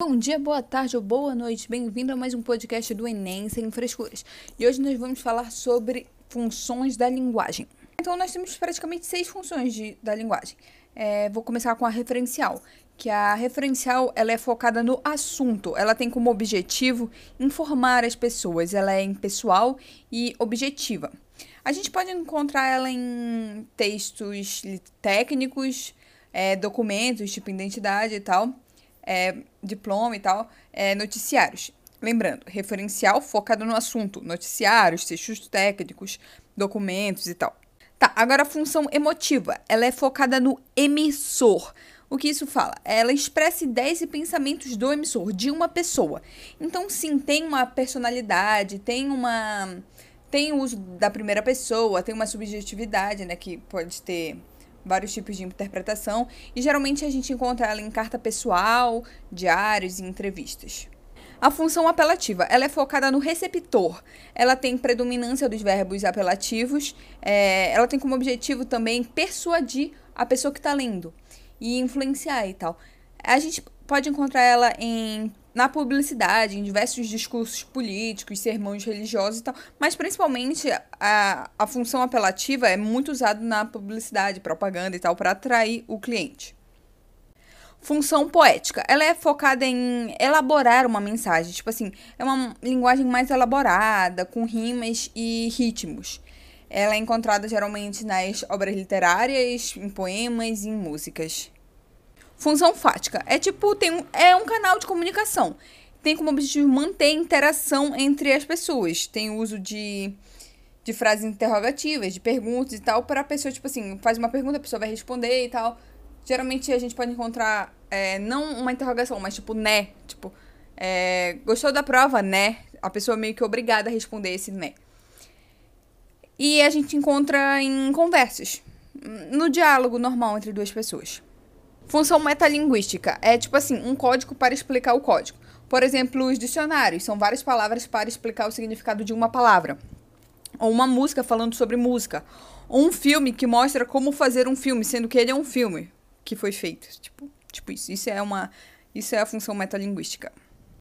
Bom dia, boa tarde ou boa noite, bem-vindo a mais um podcast do Enem Sem Frescuras. E hoje nós vamos falar sobre funções da linguagem. Então nós temos praticamente 6 funções da linguagem. Vou começar com a referencial, que a referencial ela é focada no assunto, ela tem como objetivo informar as pessoas, ela é impessoal e objetiva. A gente pode encontrar ela em textos técnicos, documentos, tipo identidade e tal, diploma e tal, noticiários. Lembrando, referencial focado no assunto, noticiários, textos técnicos, documentos e tal. Tá, agora a função emotiva, ela é focada no emissor. O que isso fala? Ela expressa ideias e pensamentos do emissor, de uma pessoa. Então, sim, tem uma personalidade, tem o uso da primeira pessoa, tem uma subjetividade, né, que pode ter vários tipos de interpretação, e geralmente a gente encontra ela em carta pessoal, diários e entrevistas. A função apelativa, ela é focada no receptor, ela tem predominância dos verbos apelativos, ela tem como objetivo também persuadir a pessoa que está lendo e influenciar e tal. A gente pode encontrar ela na publicidade, em diversos discursos políticos, sermões religiosos e tal, mas principalmente a função apelativa é muito usada na publicidade, propaganda e tal, para atrair o cliente. Função poética, ela é focada em elaborar uma mensagem, tipo assim, é uma linguagem mais elaborada, com rimas e ritmos. Ela é encontrada geralmente nas obras literárias, em poemas e em músicas. Função fática, é um canal de comunicação. Tem como objetivo manter a interação entre as pessoas. Tem o uso de frases interrogativas, de perguntas e tal, para a pessoa, tipo assim, faz uma pergunta, a pessoa vai responder e tal. Geralmente a gente pode encontrar, não uma interrogação, mas tipo, né? Tipo, gostou da prova, né? A pessoa meio que obrigada a responder esse né. E a gente encontra em conversas, no diálogo normal entre duas pessoas. Função metalinguística é tipo assim, um código para explicar o código. Por exemplo, os dicionários são várias palavras para explicar o significado de uma palavra. Ou uma música falando sobre música. Ou um filme que mostra como fazer um filme, sendo que ele é um filme que foi feito. Tipo isso. Isso é a função metalinguística.